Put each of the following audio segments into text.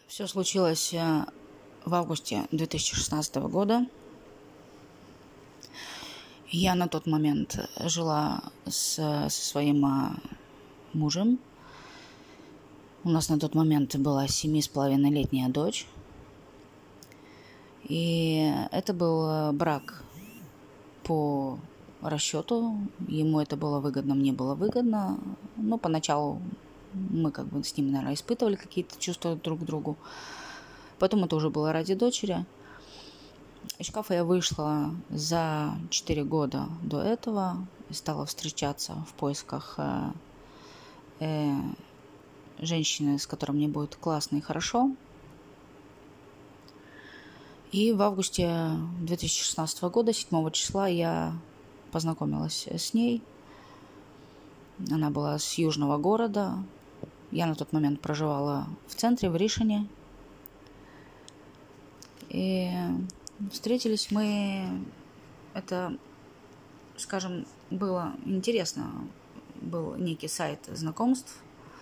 Все случилось в августе 2016 года. Я на тот момент жила со своим мужем. У нас на тот момент была 7,5-летняя дочь. И это был брак по расчету. Ему это было выгодно, мне было выгодно. Но поначалу мы с ним, наверное, испытывали какие-то чувства друг к другу. Потом это уже было ради дочери. Из шкафа я вышла за 4 года до этого и стала встречаться в поисках женщины, с которой мне будет классно и хорошо. И в августе 2016 года, 7 числа, я познакомилась с ней. Она была с южного города. Я на тот момент проживала в центре, в Ришине. И встретились мы, это, скажем, было интересно. Был некий сайт знакомств,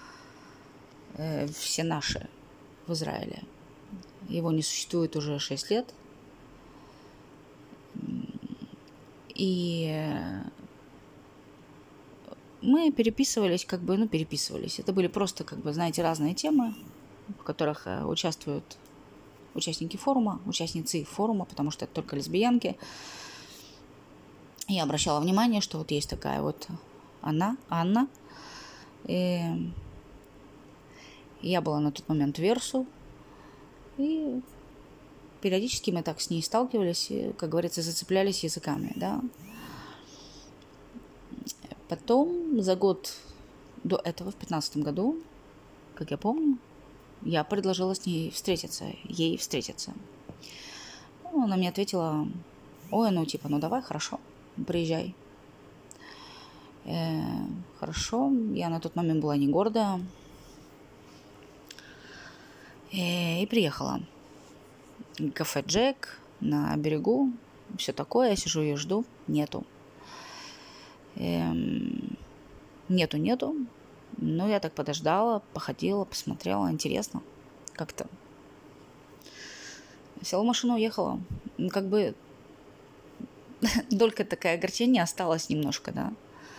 все наши в Израиле. Его не существует уже 6 лет. И мы переписывались, переписывались. Это были просто, знаете, разные темы, в которых участвуют участники форума, участницы форума, потому что это только лесбиянки. Я обращала внимание, что вот есть такая вот Анна. И я была на тот момент версу. И периодически мы так с ней сталкивались и, как говорится, зацеплялись языками, да. Потом, за год до этого, в 2015 году, как я помню, я предложила с ней ей встретиться. Она мне ответила: ой, давай, хорошо, приезжай. Хорошо, я на тот момент была не гордая. И приехала. Кафе Джек на берегу, все такое, я сижу ее жду, нету. Нету. Но я так подождала, походила, посмотрела, интересно как-то. Села в машину, уехала. Только такое огорчение осталось немножко, да.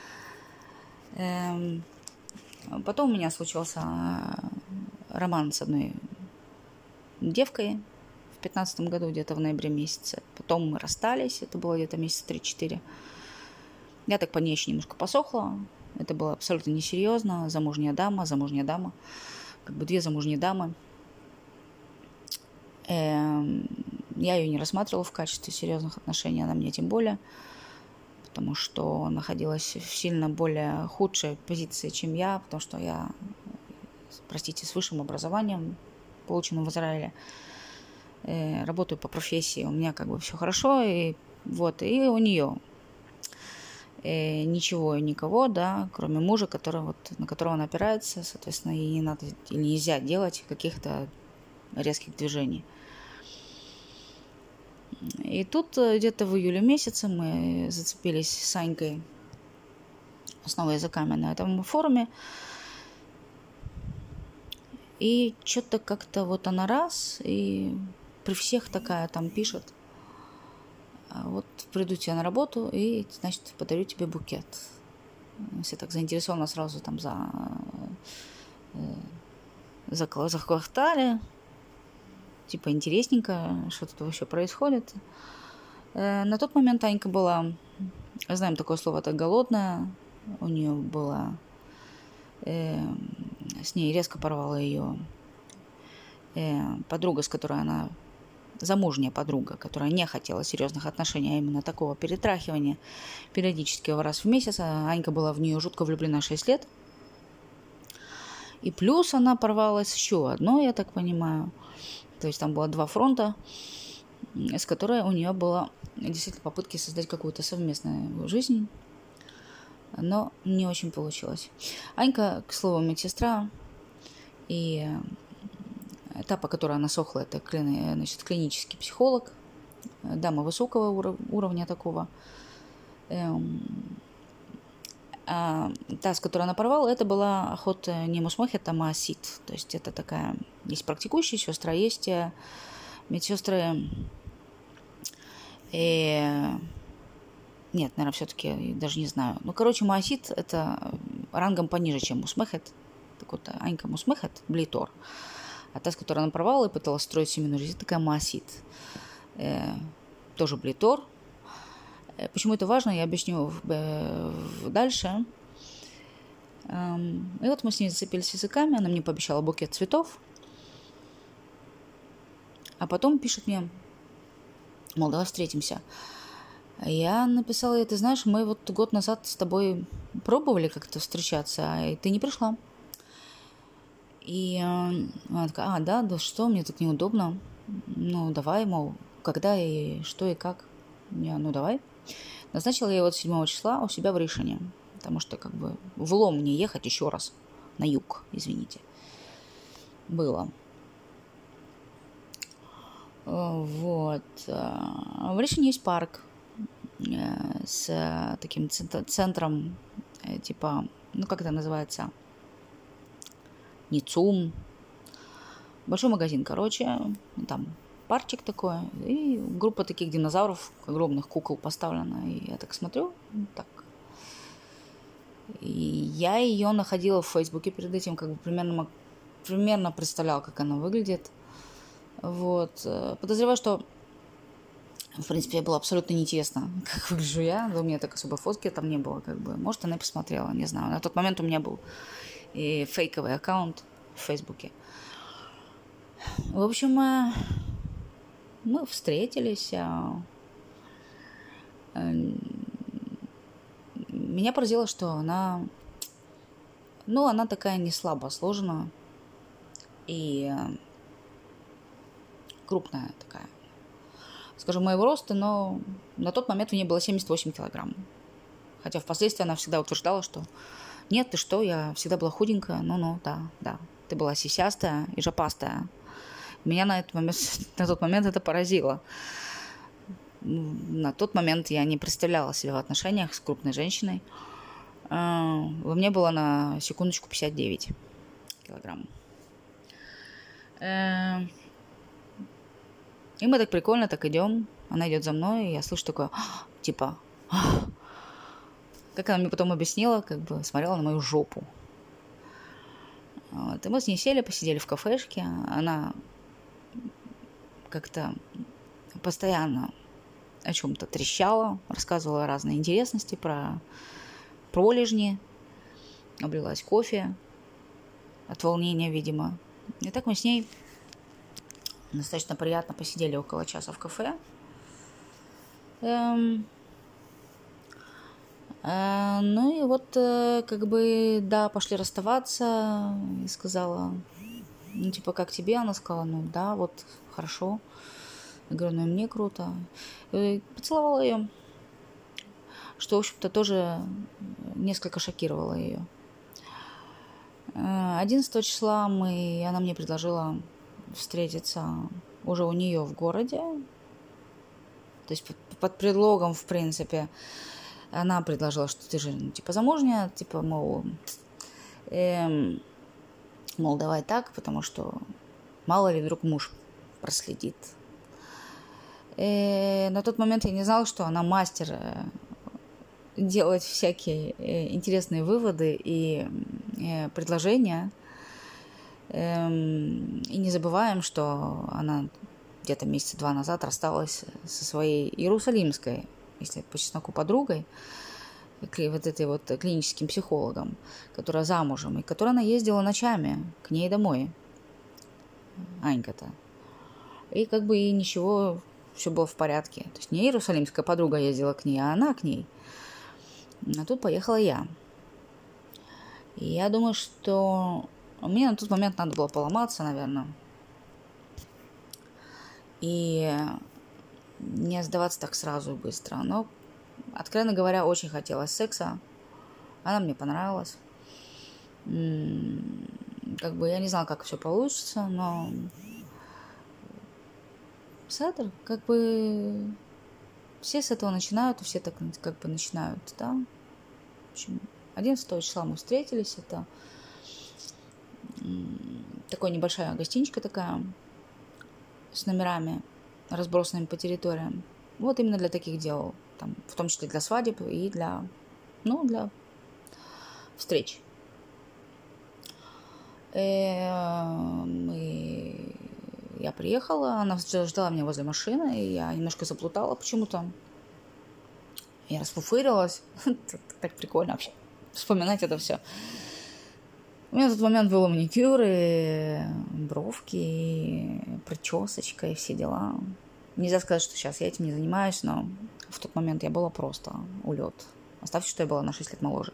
Потом у меня случился роман с одной девкой в 2015 году, где-то в ноябре месяце. Потом мы расстались, это было где-то месяца 3-4. Я так по ней еще немножко посохла. Это было абсолютно несерьезно. Замужняя дама. Две замужние дамы. Я ее не рассматривала в качестве серьезных отношений, она мне тем более, потому что находилась в сильно более худшей позиции, чем я, потому что я, с высшим образованием, полученным в Израиле, работаю по профессии, у меня все хорошо, и у нее ничего и никого, да, кроме мужа, на которого она опирается, соответственно, ей не надо или нельзя делать каких-то резких движений. И тут где-то в июле месяце мы зацепились с Анькой снова языками на этом форуме. И что-то как-то вот она раз, и при всех такая там пишет: вот приду тебе на работу и, значит, подарю тебе букет. Все так заинтересованно сразу там захвахтали. Типа интересненько, что тут вообще происходит. На тот момент Анька была, знаем такое слово, это голодная. У нее была, с ней резко порвала ее подруга, с которой она, замужняя подруга, которая не хотела серьезных отношений, а именно такого перетрахивания периодически раз в месяц. Анька была в нее жутко влюблена 6 лет. И плюс она порвалась еще одной, я так понимаю. То есть там было 2 фронта, с которой у нее было действительно попытки создать какую-то совместную жизнь, но не очень получилось. Анька, к слову, медсестра, и та, по которой она сохла, это клинический психолог, дама высокого уровня такого. А та, с которой она порвала, это была охота не мусмохет, а маасит. То есть это такая... Есть практикующие сестры, а есть медсестры... Нет, наверное, все-таки даже не знаю. Ну, короче, маасит это рангом пониже, чем мусмехет. Так вот, Анька мусмехет, блейтор. А та, с которой она порвала и пыталась строить семейную жизнь, такая маасит. Тоже блейтор. Почему это важно, я объясню дальше. И вот мы с ней зацепились языками, она мне пообещала букет цветов. А потом пишет мне, мол, давай встретимся. Я написала ей, ты знаешь, мы вот год назад с тобой пробовали как-то встречаться, и ты не пришла. И она такая, да, что, мне так неудобно. Ну, давай, мол, когда и что и как. Я, ну, давай. Назначила я вот 7 числа у себя в Ришине, потому что как бы в Лом мне ехать еще раз, на юг, извините, было. Вот. В Ришине есть парк с таким центром, типа, ну, как это называется, Ницум. Большой магазин, короче, там парчик такой, и группа таких динозавров, огромных кукол поставлена. И я так смотрю, так. И я ее находила в Фейсбуке перед этим, как бы примерно представляла, как она выглядит. Вот. Подозреваю, что, в принципе, было абсолютно неинтересно, как выгляжу я. Да, у меня так особо фотки там не было, как бы. Может, она и посмотрела, не знаю. На тот момент у меня был и фейковый аккаунт в Фейсбуке. В общем, мы встретились. Меня поразило, что она такая не слабо сложена и крупная такая. Скажем, моего роста, но на тот момент у нее было 78 килограмм. Хотя впоследствии она всегда утверждала, что нет, ты что, я всегда была худенькая. Ну, да. Ты была сисястая и жопастая. Меня на тот момент это поразило. На тот момент я не представляла себя в отношениях с крупной женщиной. Во мне было на секундочку 59 килограмм. И мы так прикольно так идем. Она идет за мной, и я слышу такое, типа, как она мне потом объяснила, как бы смотрела на мою жопу. Вот. И мы с ней сели, посидели в кафешке. Она как-то постоянно о чем-то трещала, рассказывала разные интересности про пролежни, облилась кофе от волнения, видимо. И так мы с ней достаточно приятно посидели около часа в кафе. Ну и вот как бы, да, пошли расставаться. И сказала, ну типа, как тебе? Она сказала, ну да, вот хорошо. Я говорю, ну и мне круто. И поцеловала ее, что, в общем-то, тоже несколько шокировало ее. 11 числа она мне предложила встретиться уже у нее в городе. То есть под предлогом, в принципе, она предложила, что ты же, типа, замужняя, типа, мол, давай так, потому что мало ли вдруг муж проследит. На тот момент я не знала, что она мастер делать всякие интересные выводы и предложения. И не забываем, что она где-то месяца 2 назад рассталась со своей иерусалимской, если по чесноку, подругой, вот этой вот клиническим психологом, которая замужем, и которая она ездила ночами к ней домой, Анька-то. И как бы и ничего, все было в порядке. То есть не иерусалимская подруга ездила к ней, а она к ней. А тут поехала я. И я думаю, что мне на тот момент надо было поломаться, наверное. И не сдаваться так сразу и быстро. Но, откровенно говоря, очень хотелось секса. Она мне понравилась. Как бы я не знала, как все получится, но Седр, как бы все с этого начинают, все так как бы начинают, да. В общем, 11 числа мы встретились. Это такая небольшая гостиничка такая, с номерами, разбросанными по территориям. Вот именно для таких дел. Там, в том числе для свадеб и для встреч. Я приехала, она ждала меня возле машины, и я немножко заплутала почему-то. Я расфуфырилась. Так прикольно вообще вспоминать это все. У меня в тот момент был маникюр, и бровки, и причесочка, и все дела. Нельзя сказать, что сейчас я этим не занимаюсь, но в тот момент я была просто улет. Оставьте, что я была на 6 лет моложе.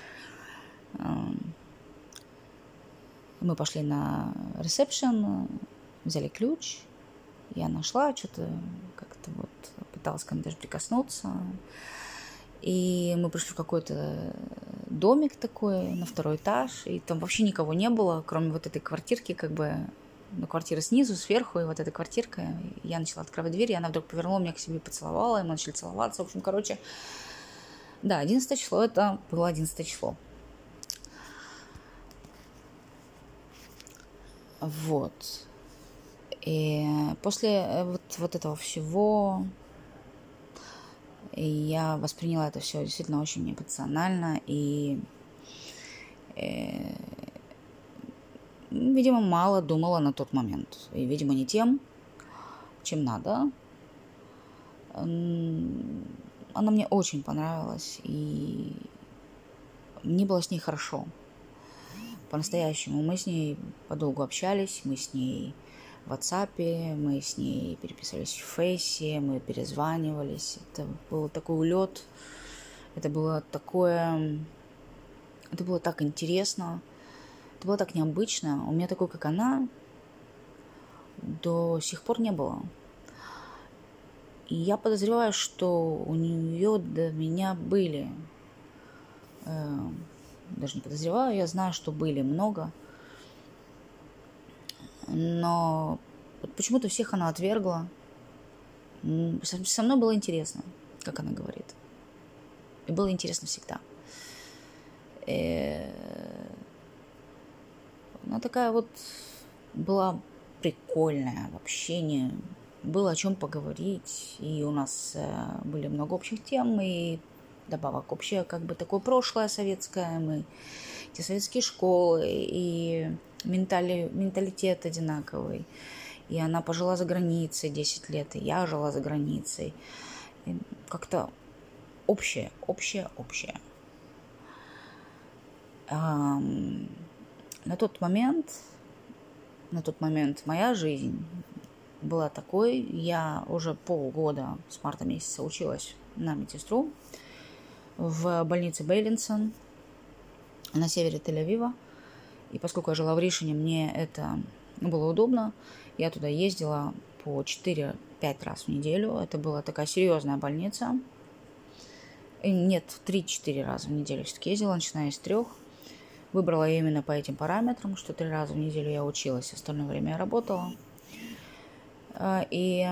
Мы пошли на ресепшн, взяли ключ. Я нашла, что-то как-то вот пыталась ко мне даже прикоснуться. И мы пришли в какой-то домик такой на 2-й этаж, и там вообще никого не было, кроме вот этой квартирки, как бы, ну, квартира снизу, сверху, и вот эта квартирка. Я начала открывать дверь, и она вдруг повернула меня к себе, поцеловала, и мы начали целоваться. В общем, короче, да, 11 число, это было 11 число. Вот. И после вот этого всего я восприняла это все действительно очень эмоционально и, видимо, мало думала на тот момент. И, видимо, не тем, чем надо. Она мне очень понравилась, и мне было с ней хорошо. По-настоящему. Мы с ней подолгу общались, мы с ней в WhatsApp, мы с ней переписывались в Фейсе, мы перезванивались. Это был такой улет, это было так интересно, это было так необычно. У меня такой, как она, до сих пор не было. И я подозреваю, что у нее до меня были, даже не подозреваю, я знаю, что были много, но почему-то всех она отвергла. Со мной было интересно, как она говорит. И было интересно всегда. Она такая вот была прикольная в общении. Было о чем поговорить. И у нас были много общих тем. И добавок общее, как бы такое прошлое советское. Мы эти советские школы. И менталитет одинаковый. И она пожила за границей 10 лет. И я жила за границей. И как-то общее. На тот момент моя жизнь была такой. Я уже полгода с марта месяца училась на медсестру в больнице Бейлинсон на севере Тель-Авива. И поскольку я жила в Ришине, мне это было удобно. Я туда ездила по 4-5 раз в неделю. Это была такая серьезная больница. Нет, 3-4 раза в неделю все-таки ездила, начиная с 3. Выбрала я именно по этим параметрам, что 3 раза в неделю я училась, остальное время я работала. И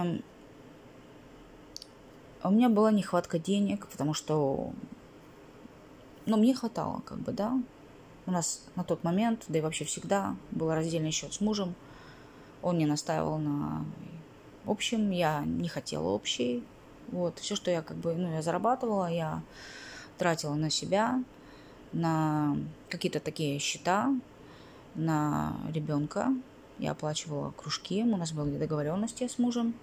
у меня была нехватка денег, потому что, мне хватало, как бы, да. У нас на тот момент, да и вообще всегда, был раздельный счет с мужем. Он не настаивал на общем, я не хотела общий. Вот, все, что я я зарабатывала, я тратила на себя, на какие-то такие счета, на ребенка. Я оплачивала кружки, у нас были договоренности с мужем.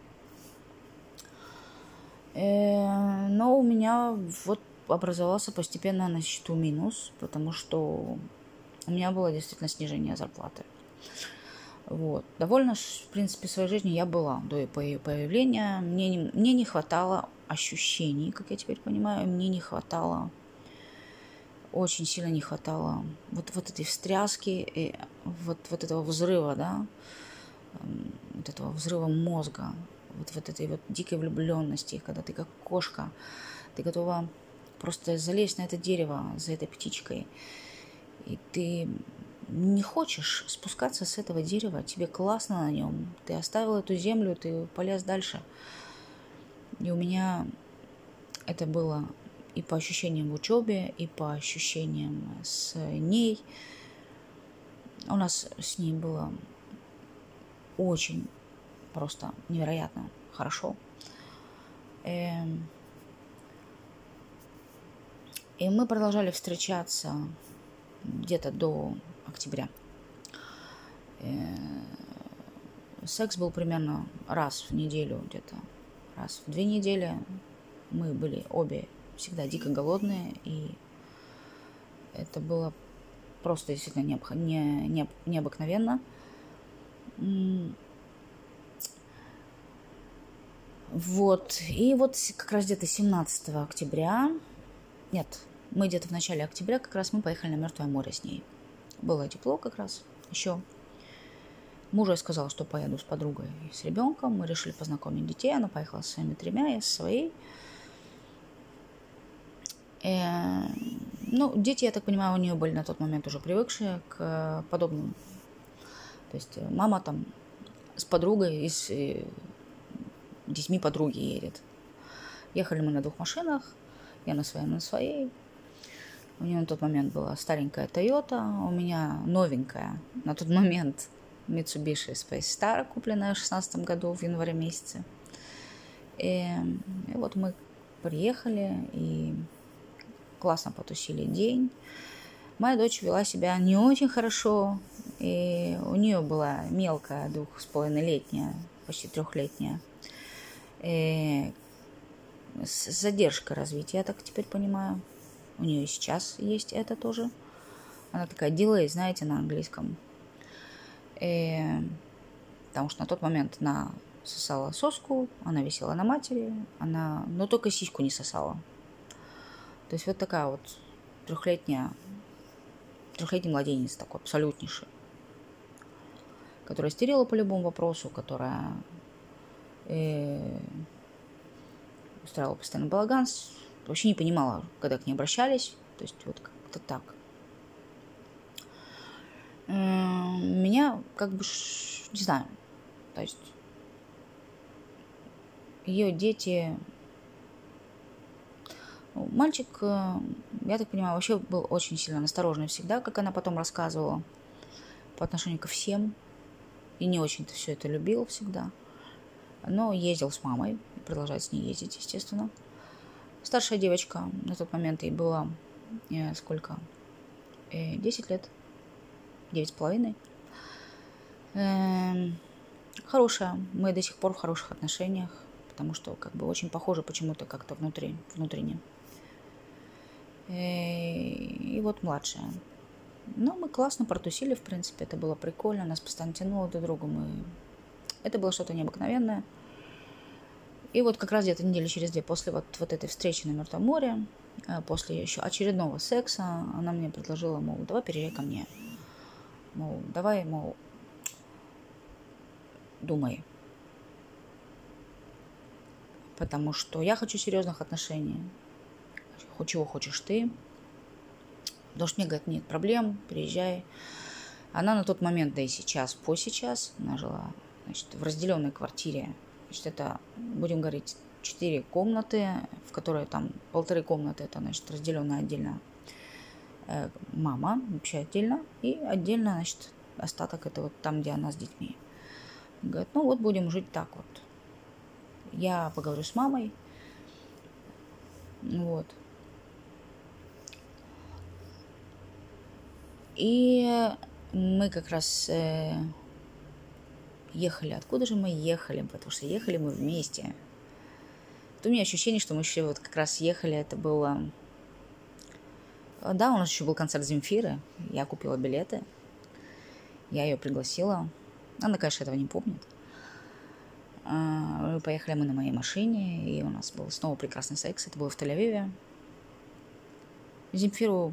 Но у меня вот образовался постепенно на счету минус, потому что у меня было действительно снижение зарплаты. Вот. Довольно, в принципе, своей жизнью я была до ее появления. Мне не хватало ощущений, как я теперь понимаю. Мне не хватало, очень сильно не хватало вот этой встряски, и вот этого взрыва, да, вот этого взрыва мозга, вот этой вот дикой влюбленности, когда ты как кошка, ты готова просто залезть на это дерево за этой птичкой, и ты не хочешь спускаться с этого дерева, тебе классно на нем, ты оставил эту землю, ты полез дальше. И у меня это было и по ощущениям в учебе, и по ощущениям с ней. У нас с ней было очень просто невероятно хорошо. И мы продолжали встречаться где-то до октября. Секс был примерно раз в неделю, где-то раз в 2 недели. Мы были обе всегда дико голодные, и это было просто действительно необыкновенно. Вот. И вот как раз где-то 17 октября, нет, мы где-то в начале октября как раз мы поехали на Мертвое море с ней. Было тепло как раз еще. Мужу я сказала, что поеду с подругой и с ребенком. Мы решили познакомить детей. Она поехала со своими 3, я со своей. Ну, дети, я так понимаю, у нее были на тот момент уже привыкшие к подобным. То есть мама там с подругой и с детьми подруги едет. Ехали мы на 2 машинах. Я на своей, она на своей. У нее на тот момент была старенькая Toyota. У меня новенькая на тот момент Mitsubishi Space Star, купленная в 2016 году в январе месяце. И вот мы приехали и классно потусили день. Моя дочь вела себя не очень хорошо, и у нее была мелкая 2,5-летняя, почти 3-летняя, с задержкой развития, я так теперь понимаю. У нее и сейчас есть это тоже. Она такая delay, знаете, на английском. Потому что на тот момент она сосала соску, она висела на матери, но только сиську не сосала. То есть вот такая вот 3-летний младенец такой, абсолютнейший, которая истерила по любому вопросу, которая устраивала постоянно балаган, вообще не понимала, когда к ней обращались. То есть вот как-то так. Меня как бы, не знаю, то есть ее дети... Мальчик, я так понимаю, вообще был очень сильно настороженный всегда, как она потом рассказывала, по отношению ко всем. И не очень-то все это любил всегда. Но ездил с мамой, и продолжает с ней ездить, естественно. Старшая девочка, на тот момент ей было сколько? 10 лет. 9,5. Хорошая. Мы до сих пор в хороших отношениях, потому что как бы очень похожи почему-то как-то внутренне. И вот младшая. Но мы классно протусили, в принципе, это было прикольно, нас постоянно тянуло друг к другу, это было что-то необыкновенное. И вот как раз где-то недели через 2 после вот этой встречи на Мертвом море, после еще очередного секса, она мне предложила, мол, давай переезжай ко мне. Мол, давай, мол, думай. Потому что я хочу серьезных отношений. Чего хочешь ты. Потому что мне говорят, нет проблем, приезжай. Она на тот момент, да и сейчас, она жила, значит, в разделенной квартире. Значит, это, будем говорить, 4 комнаты, в которые там 1,5 комнаты, это, значит, разделенная отдельно мама, вообще отдельно, и отдельно, значит, остаток это вот там, где она с детьми. Говорит, ну вот будем жить так вот. Я поговорю с мамой. Вот. И мы как раз ехали. Откуда же мы ехали? Потому что ехали мы вместе. Вот у меня ощущение, что мы еще вот как раз ехали. Это было... Да, у нас еще был концерт Земфиры. Я купила билеты. Я ее пригласила. Она, конечно, этого не помнит. Поехали мы на моей машине. И у нас был снова прекрасный секс. Это было в Тель-Авиве. Земфиру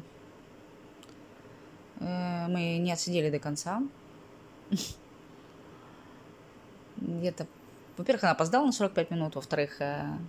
мы не отсидели до конца. Где-то... Во-первых, она опоздала на 45 минут. Во-вторых,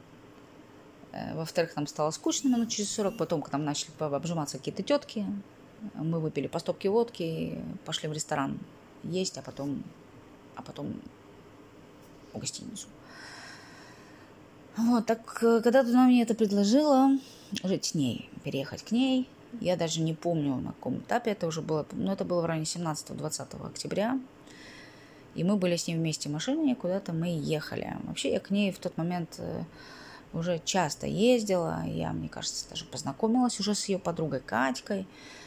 нам стало скучно минут через 40. Потом к нам начали обжиматься какие-то тетки. Мы выпили по стопке водки, пошли в ресторан есть, а потом в гостиницу. Вот, так когда она мне это предложила, жить с ней, переехать к ней, я даже не помню, на каком этапе это уже было, но это было в районе 17-20 октября, и мы были с ней вместе в машине, и куда-то мы ехали. Вообще я к ней в тот момент уже часто ездила, я, мне кажется, даже познакомилась уже с ее подругой Катькой,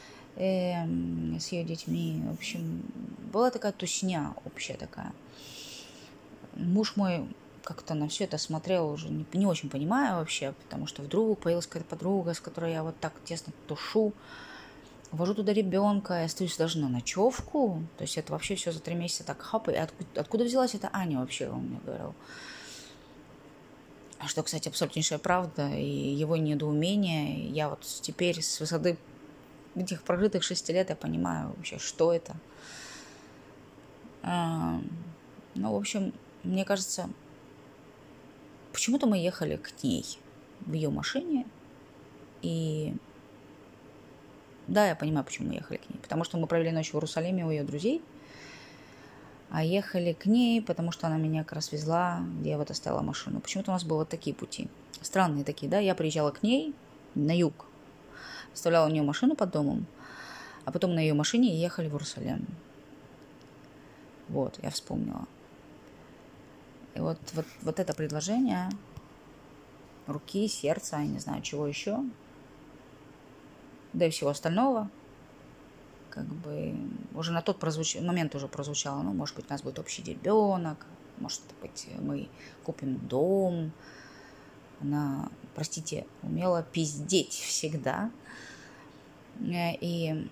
с ее детьми. В общем, была такая тусня общая такая. Муж мой как-то на все это смотрел уже не очень понимая вообще, потому что вдруг появилась какая-то подруга, с которой я вот так тесно тушу, вожу туда ребенка, я остаюсь даже на ночевку. То есть это вообще все за 3 месяца так хап. И откуда взялась эта Аня вообще, он мне говорил. Что, кстати, абсолютнейшая правда, и его недоумение. Я вот теперь с высоты этих прожитых 6 лет я понимаю вообще, что это. Ну, в общем, мне кажется, почему-то мы ехали к ней в ее машине. И да, я понимаю, почему мы ехали к ней. Потому что мы провели ночь в Иерусалиме у ее друзей. А ехали к ней, потому что она меня как раз везла, где я вот оставила машину. Почему-то у нас были вот такие пути. Странные такие, да. Я приезжала к ней на юг. Оставляла у нее машину под домом. А потом на ее машине ехали в Иерусалим. Вот, я вспомнила. И вот это предложение руки, сердца, я не знаю, чего еще, да и всего остального, как бы уже на тот момент уже прозвучало, ну, может быть, у нас будет общий ребенок, может быть, мы купим дом. Она, простите, умела пиздеть всегда. И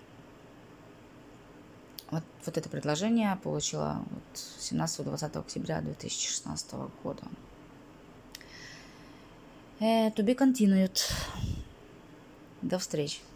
вот это предложение получила 17-20 октября 2016 года. To be continued. До встречи.